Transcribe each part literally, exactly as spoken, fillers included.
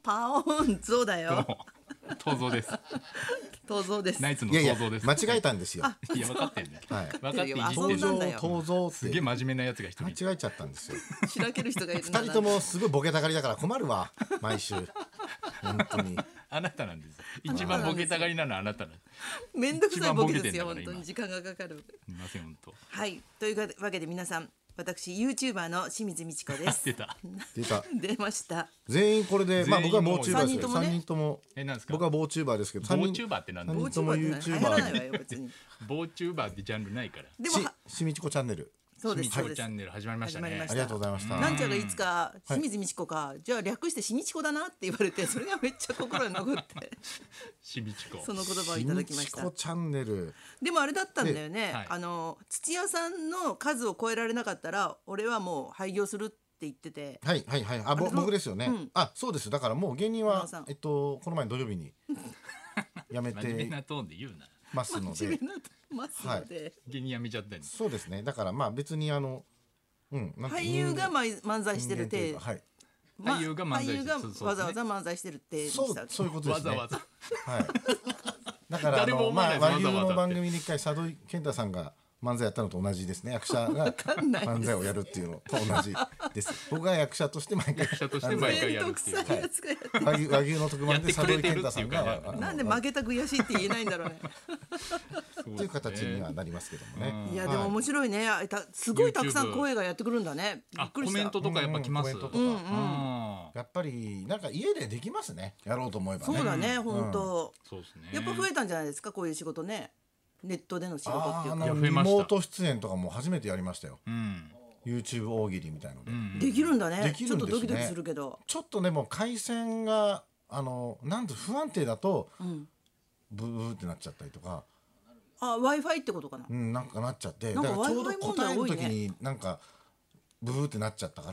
パオンゾウだよ。 東蔵です。 東蔵です。 ナイツのいやいや東蔵です。 間違えたんですよ。 いや分かってんね。 はい分かっていい遊んってんの。 だんだよ東蔵ってすげえ真面目なやつが一人いる。 間違えちゃったんですよ。 しらける人がいるんだな。 二人ともすごいボケたがりだから困るわ毎週本当に。 あなたなんです。一番ボケたがりなのはあなたなんです。 めんどくさいボケですよ。 一番ボケてんだから本当に時間がかかる。 すみません本当。 はいというわけで皆さん、私ユーチューバーの清水美智子です。 出た。 出た。 出ました。 全員これで、まあ僕はボーチューバーですけど、 三三人とも。 えなんですか。 僕はボーチューバーですけど、 ボーチューバーってなんだ。 ボーチューバーって流行らないわよ別に。 ボーチューバーってジャンルないから。 でもしみちこチャンネル。 そうです。 しみちこチャンネル始まりましたね。 ありがとうございました。 なんちゃらいつか清水美智子か、じゃあ略してしみちこだなって言われて、それがめっちゃ心に残ってしみちこその言葉をいただきました。 しみちこチャンネル。 でもあれだったんだよね、 はい、 あの土屋さんの数を超えられなかったら俺はもう廃業するって言ってて。 はいはいはい。あ、ぼ僕ですよね、うん、あ、そうです。だからもう芸人はえっとこの前の土曜日にやめて真面目なトーンで言うなますので、 ますので、 芸人やめちゃったんです。 そうですね。だからまあ別にあの、うん、 俳優が漫才してるってはい、 俳優が漫才してる、わざわざ漫才してるってそうそういうことですね。 わざわざ。 はい。だからあのまあ和牛の番組に一回佐渡健太さんが漫才やったのと同じですね。役者が漫才をやるっていうのと同じです。僕が役者として毎回役者として毎回やるっていう。 和牛和牛の特番で佐渡健太さんがなんで負けた悔しいって言えないんだろうね。 という形にはなりますけどもね。 いやでも面白いね。すごいたくさん声がやってくるんだね。びっくりした。 コメントとかやっぱ来ます。 やっぱりなんか家でできますね。やろうと思えばね。 そうだね本当。 そうですね。 やっぱ増えたんじゃないですかこういう仕事ね。ネットでの仕事っていうか。 リモート出演とかも初めてやりましたよ。YouTube 大喜利みたいので。 できるんだね。 できるんですね。 ちょっとドキドキするけど。 ちょっとでも回線があのなんと不安定だとブーってなっちゃったりとか。 あ、Wi-Fi ってことかな。 うん、なんかなっちゃって、だからちょうど答える時になんかブーってなっちゃったから、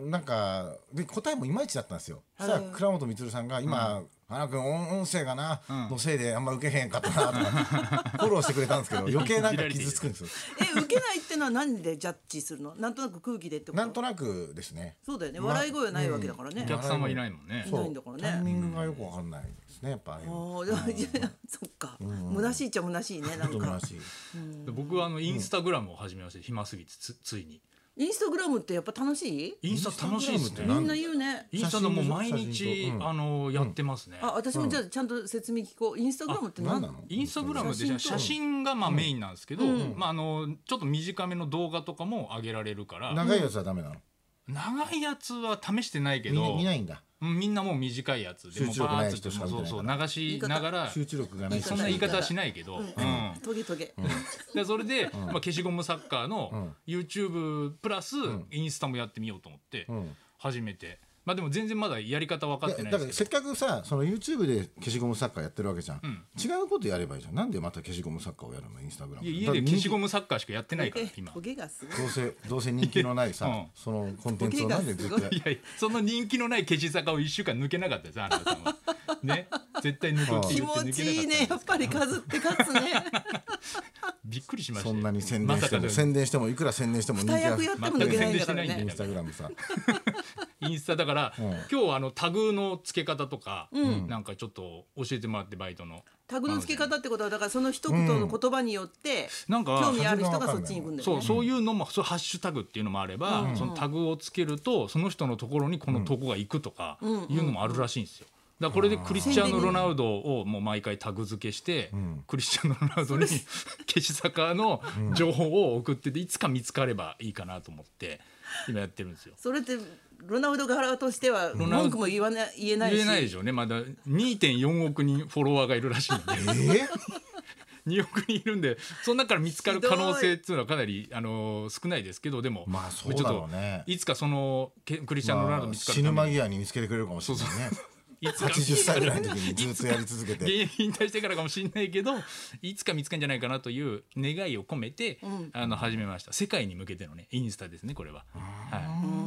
なんかで答えもいまいちだったんですよ。そしたら倉本充さんが今花君音声がなのせいであんま受けへんかったなとかフォローしてくれたんですけど、余計なんか傷つくんですよ。 え、受けないってのは何でジャッジするの？なんとなく空気でってこと？ なんとなくですね。 そうだよね。笑い声はないわけだからね。 お客さんはいないもんね。 いないんだからね。 タイミングがよくわかんないですね。やっぱ。ああ、 そっか。虚しいっちゃ虚しいね。なんか。 僕はあのインスタグラムを始めました。暇すぎてついに。 インスタグラムってやっぱ楽しい？ インスタ楽しいですね。 みんな言うね。 インスタのもう毎日あのやってますね。 あ、私もじゃあちゃんと説明聞こう。インスタグラムって何なの？ インスタグラムで写真がまあメインなんですけど、まああのちょっと短めの動画とかも上げられるから。 長いやつはダメなの？ 長いやつは試してないけど。 見ないんだ。 みんなもう短いやつでもバーッとそうそう流しながら集中力がないそんな言い方はしないけど、 トゲトゲ。 でそれでまあ消しゴムサッカーの YouTube プラスインスタもやってみようと思って始めて。まあでも全然まだやり方分かってないですけど、 せっかくさその YouTube で消しゴムサッカーやってるわけじゃん、うん、違うことやればいいじゃん。なんでまた消しゴムサッカーをやるの？インスタグラム。 いや家で消しゴムサッカーしかやってないから今。 トゲがすごい。 どうせどうせ人気のないさ、うん、そのコンテンツをなんでずっとや。 いやいやその人気のない消し坂をいっしゅうかん抜けなかったですあなたさんは。ね絶対抜くって言って抜けなかった。 気持ちいいねやっぱり数って勝つね。 びっくりしました。 そんなに宣伝しても宣伝してもいくら宣伝しても人気が二役やっても抜けないんだからね。 インスタグラムさ。 インスタだから、うん、今日あのタグの付け方とか、うん、なんかちょっと教えてもらってバイトのタグの付け方ってことはだからその一言の言葉によって、うん、なんか興味ある人がそっちに行くんだよね。 そうそういうのもそうハッシュタグっていうのもあれば、うん、そのタグをつけるとその人のところにこの投稿が行くとかいうのもあるらしいんですよ。だからこれでクリスチャーノ・ロナウドをもう毎回タグ付けして、うん、クリスチャーノ・ロナウドに消し坂の情報を送ってていつか見つかればいいかなと思って今やってるんですよ。 それってロナウド側としては文句も言わな言えないし言えないでしょうね。まだ にてんよんおく人フォロワーがいるらしいんで、えー、におく人いるんでその中から見つかる可能性っていうのはかなり、あのー、少ないですけどでも、 まあそうだろうね、 いつかそのクリスチャン・ロナウド見つかるために、 まあ、死ぬ間際に見つけてくれるかもしれないね。そうそうはちじゅっさいぐらいの時にずっとやり続けて現役引退してからかもしれないけどいつか見つかるんじゃないかなという願いを込めて、うん、あの始めました。世界に向けてのねインスタですねこれは。はい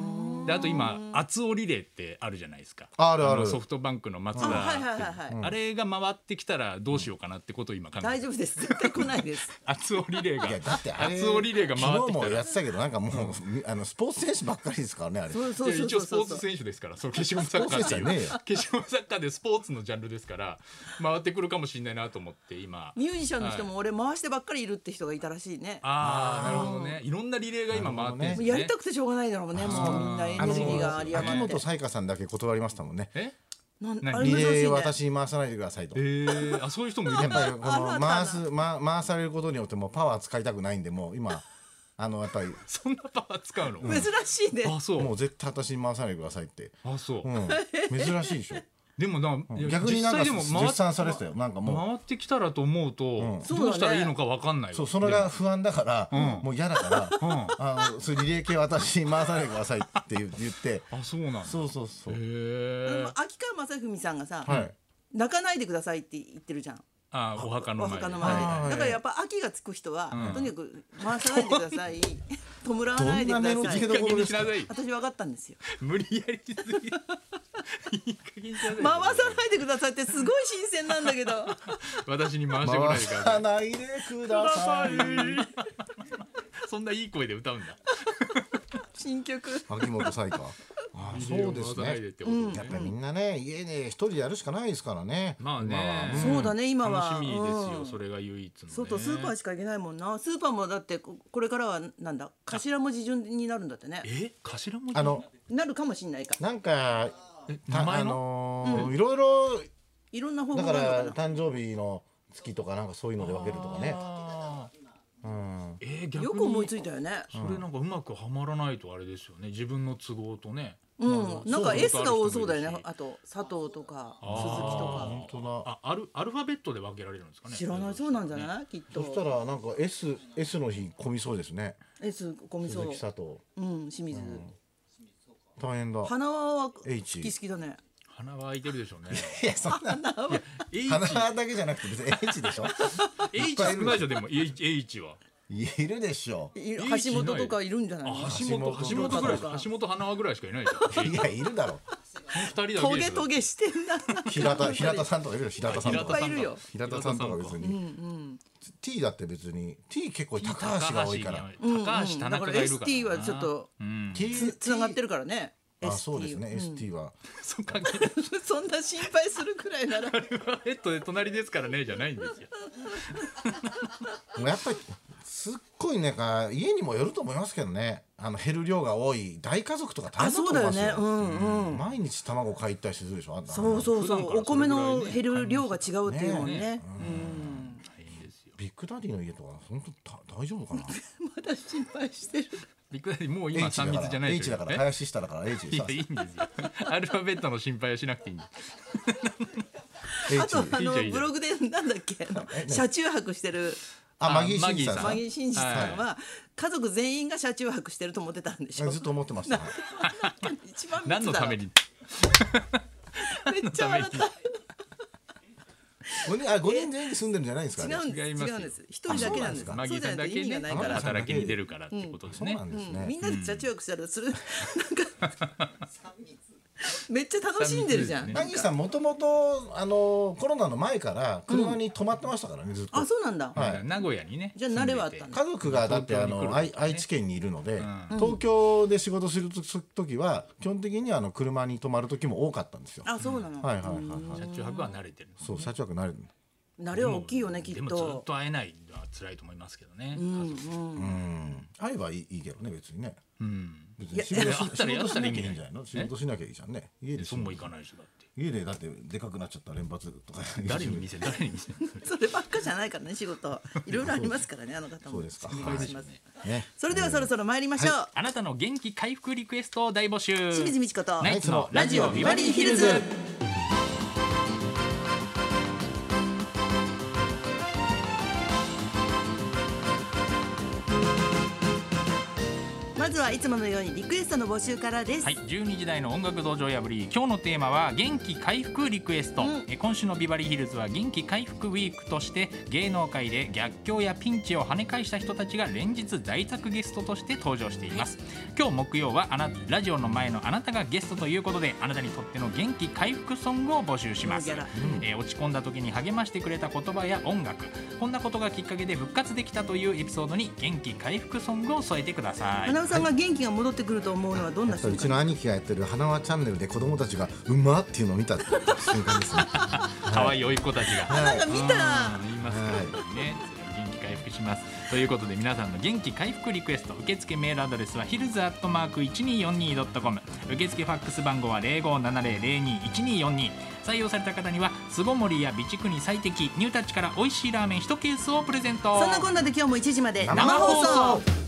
であと今厚尾リレーってあるじゃないですか。 あるあるのソフトバンクの松田あはいはいはいはいあれが回ってきたらどうしようかなってことを今考えて大丈夫です絶対来ないです厚尾リレーがいやだってあれ厚尾リレーが回って昨日もきたらやってたけどなんかもう、あのスポーツ選手ばっかりですからねあれ。 そうそういや一応スポーツそう選手ですからその消しゴムサッカーっていうスポーツ選手じゃねえよ消しゴムサッカーでスポーツのジャンルですから回ってくるかもしれないなと思って今ミュージシャンの人も俺回してばっかりいるって人がいたらしいね、 ああなるほどねいろんなリレーが今回ってるんですねもうやりたくてしょうがないだろうねもうみんなエネルギーがあり余って秋元才加さんだけ断りましたもんね。 えなん何あれ珍しいねリレー私に回さないでくださいと。 えー、あそういう人もいるんだやっぱりこの回す、ま、回されることによってもうパワー使いたくないんでもう今あのやっぱりそんなパワー使うの、 珍しいねあそうもう絶対私に回さないでくださいって、 あそう、 うん、珍しいでしょ。 でもな、いや逆になんか実際でも回っ絶賛されてたよなんかもう回ってきたらと思うと、 んどうしたらいいのか分かんないよそうそれが不安だから、 んもう嫌だから、 うんあのそういうリレー系私に回さないでくださいって言言ってあそうなんだそうそうそう、 へえ秋川雅史さんがさ、 はい泣かないでくださいって言ってるじゃんあお墓の前でお墓の前で、 はいだからやっぱ秋がつく人は、 うんとにかく回さないでください弔わないでくだどんな目のさい付けどころですか。 いい加減にしなさい私分かったんですよ無理やりしすぎいい加減にしなさい回さないでくださいってすごい新鮮なんだけど私に回してこない回でくださいさないでください。 そんないい声で歌うんだ新曲秋元才加。あそうです回さないでっね。 てことね、 やっぱりみんなね家で一人でやるしかないですからね。 まあね今はそうだね今は楽しみですよ、 うんそれが唯一の、ね、 外スーパーしか行けないもんなスーパーもだってここれからはなんだ頭文字順になるんだってねえ頭文字あのなるかもしんないかなんかえたあ名前の、 のーいろいろいろんな方だか法があるのらかな誕生日の月とかなんかそういうので分けるとかね。 あーうん。 えー、逆によく思いついたよねそれなんかうまくはまらないとあれですよね自分の都合とねうんなんか S が多そうだよねああと佐藤とかあー鈴木とか本当だ。 あアルアルファベットで分けられるんですかね知らないそうなんじゃないきっそしたとらなんか S S の日混みそうですね。 S コミソ鈴木佐藤うん清水大変だ。 花輪は好 H き好きだね鼻は開いてるでしょうねいやそんな H, 花だけじゃなくて別に H でしょ。 H 少ないでしょでも H, H はいるでしょ。 い H 橋本とかいるんじゃないのあ橋本橋本ぐらい橋本橋本花輪ぐらいしかいないじゃんいやいるだろ。 二人だけトでしょゲトゲしてんだ平田平田さんとかいるよ平田さんいっとか。 ぱいいるよ平田さんとか別に。T だって別に T 結構高橋が多いから。 高橋田だから中がいるからエスティー はちょっとうん、 T つつながってるからねあそうですね エスティー は。 そっかアルそんな心配するくらいならファベットで隣ですからねじゃないんですよもうやっぱりすっごいなんか家にもよると思いますけどね。あの減る量が多い大家族とか大あ変だとそうだ思いますよ。 よねうんうん毎日卵買いたりするでしょ。あんたそうそうそ普段からうお米のそれぐらいね減る量が違うっていうもんね大変ですよビッグダディの家とか本当た大丈夫かな。 まだ心配してるビッグダディもう今 H 三だから密じゃない H だからえ林下だから H でさいやいいんですよアルファベットの心配はしなくていいんですあと H あのいいじゃんいいじゃんブログでなんだっけあの車中泊してるあマギーあシンさんマギー真司さんは家族全員が車中泊してると思ってたんでしょずっと思ってました。 一番何のためにめっちゃ笑った五人あ五人全員で住んでるんじゃないんですかね。 違うんです違いますよ違うんです一人だけなんですあマギーさんだけそうじゃねないと意味がないから働きに出るからってことですそうねなんですね。 みんなで車中泊したらそれなんかめっちゃ楽しんでるじゃん、 三密マギーさんもともとあのコロナの前から車に泊まってましたからねずっと。 あそうなんだ、 はい名古屋にねじゃあ慣れはあったんだ家族がだってあの愛東京に来るからね愛知県にいるので、 うん東京で仕事する時は基本的にあの車に泊まる時も多かったんですよ。 あそうなの、 はいはいはいはい。 車中泊は慣れてるそう車中泊慣れる。 慣れは大きいよねきっでもずっとと会えないのは辛いと思いますけどねうん家族うんうん。会えばいいいいけどね別にね。 うん別に仕事しいやあったら仕事しなきゃいいんやったらいいんじゃないじゃないの。仕事しなきゃいいじゃんね。家でそうもいかないでしょだって家でだってでかくなっちゃった連発とか。 誰に見せる誰に見せるそればっかじゃないからね仕事いろいろありますからねあの方もそうですかお願いします、 ね。 それではそろそろ参りましょう、 あなたの元気回復リクエストを大募集清水美智子とナイツのラジオビバリーヒルズまずずはいつものようにリクエストの募集からです。 はい、じゅうにじ台の音楽道場破り、今日のテーマは元気回復リクエスト、うん、え今週のビバリーヒルズは元気回復ウィークとして芸能界で逆境やピンチを跳ね返した人たちが連日在宅ゲストとして登場しています。今日木曜はあなラジオの前のあなたがゲストということで、あなたにとっての元気回復ソングを募集します、うんえー、落ち込んだ時に励ましてくれた言葉や音楽、こんなことがきっかけで復活できたというエピソードに元気回復ソングを添えてください。 花輪さんが元気が戻ってくると思うのはどんな瞬間？ うちの兄貴がやってる花輪チャンネルで子供たちがうまっていうのを見た瞬間ですね。 可愛い甥っ子たちが、 はい、なんか見た、 言いますけどね、元気回復しますということで、皆さんの元気回復リクエスト受付メールアドレスはヒルズアットマーク いちにーよんにードットコム、 受付ファックス番号は ゼロごーななゼロ ゼロにーいちにーよんにー。 採用された方には巣ごもりや備蓄に最適ニュータッチから美味しいラーメンいちケースをプレゼント。 そんなこんなで今日もいちじまで生放送。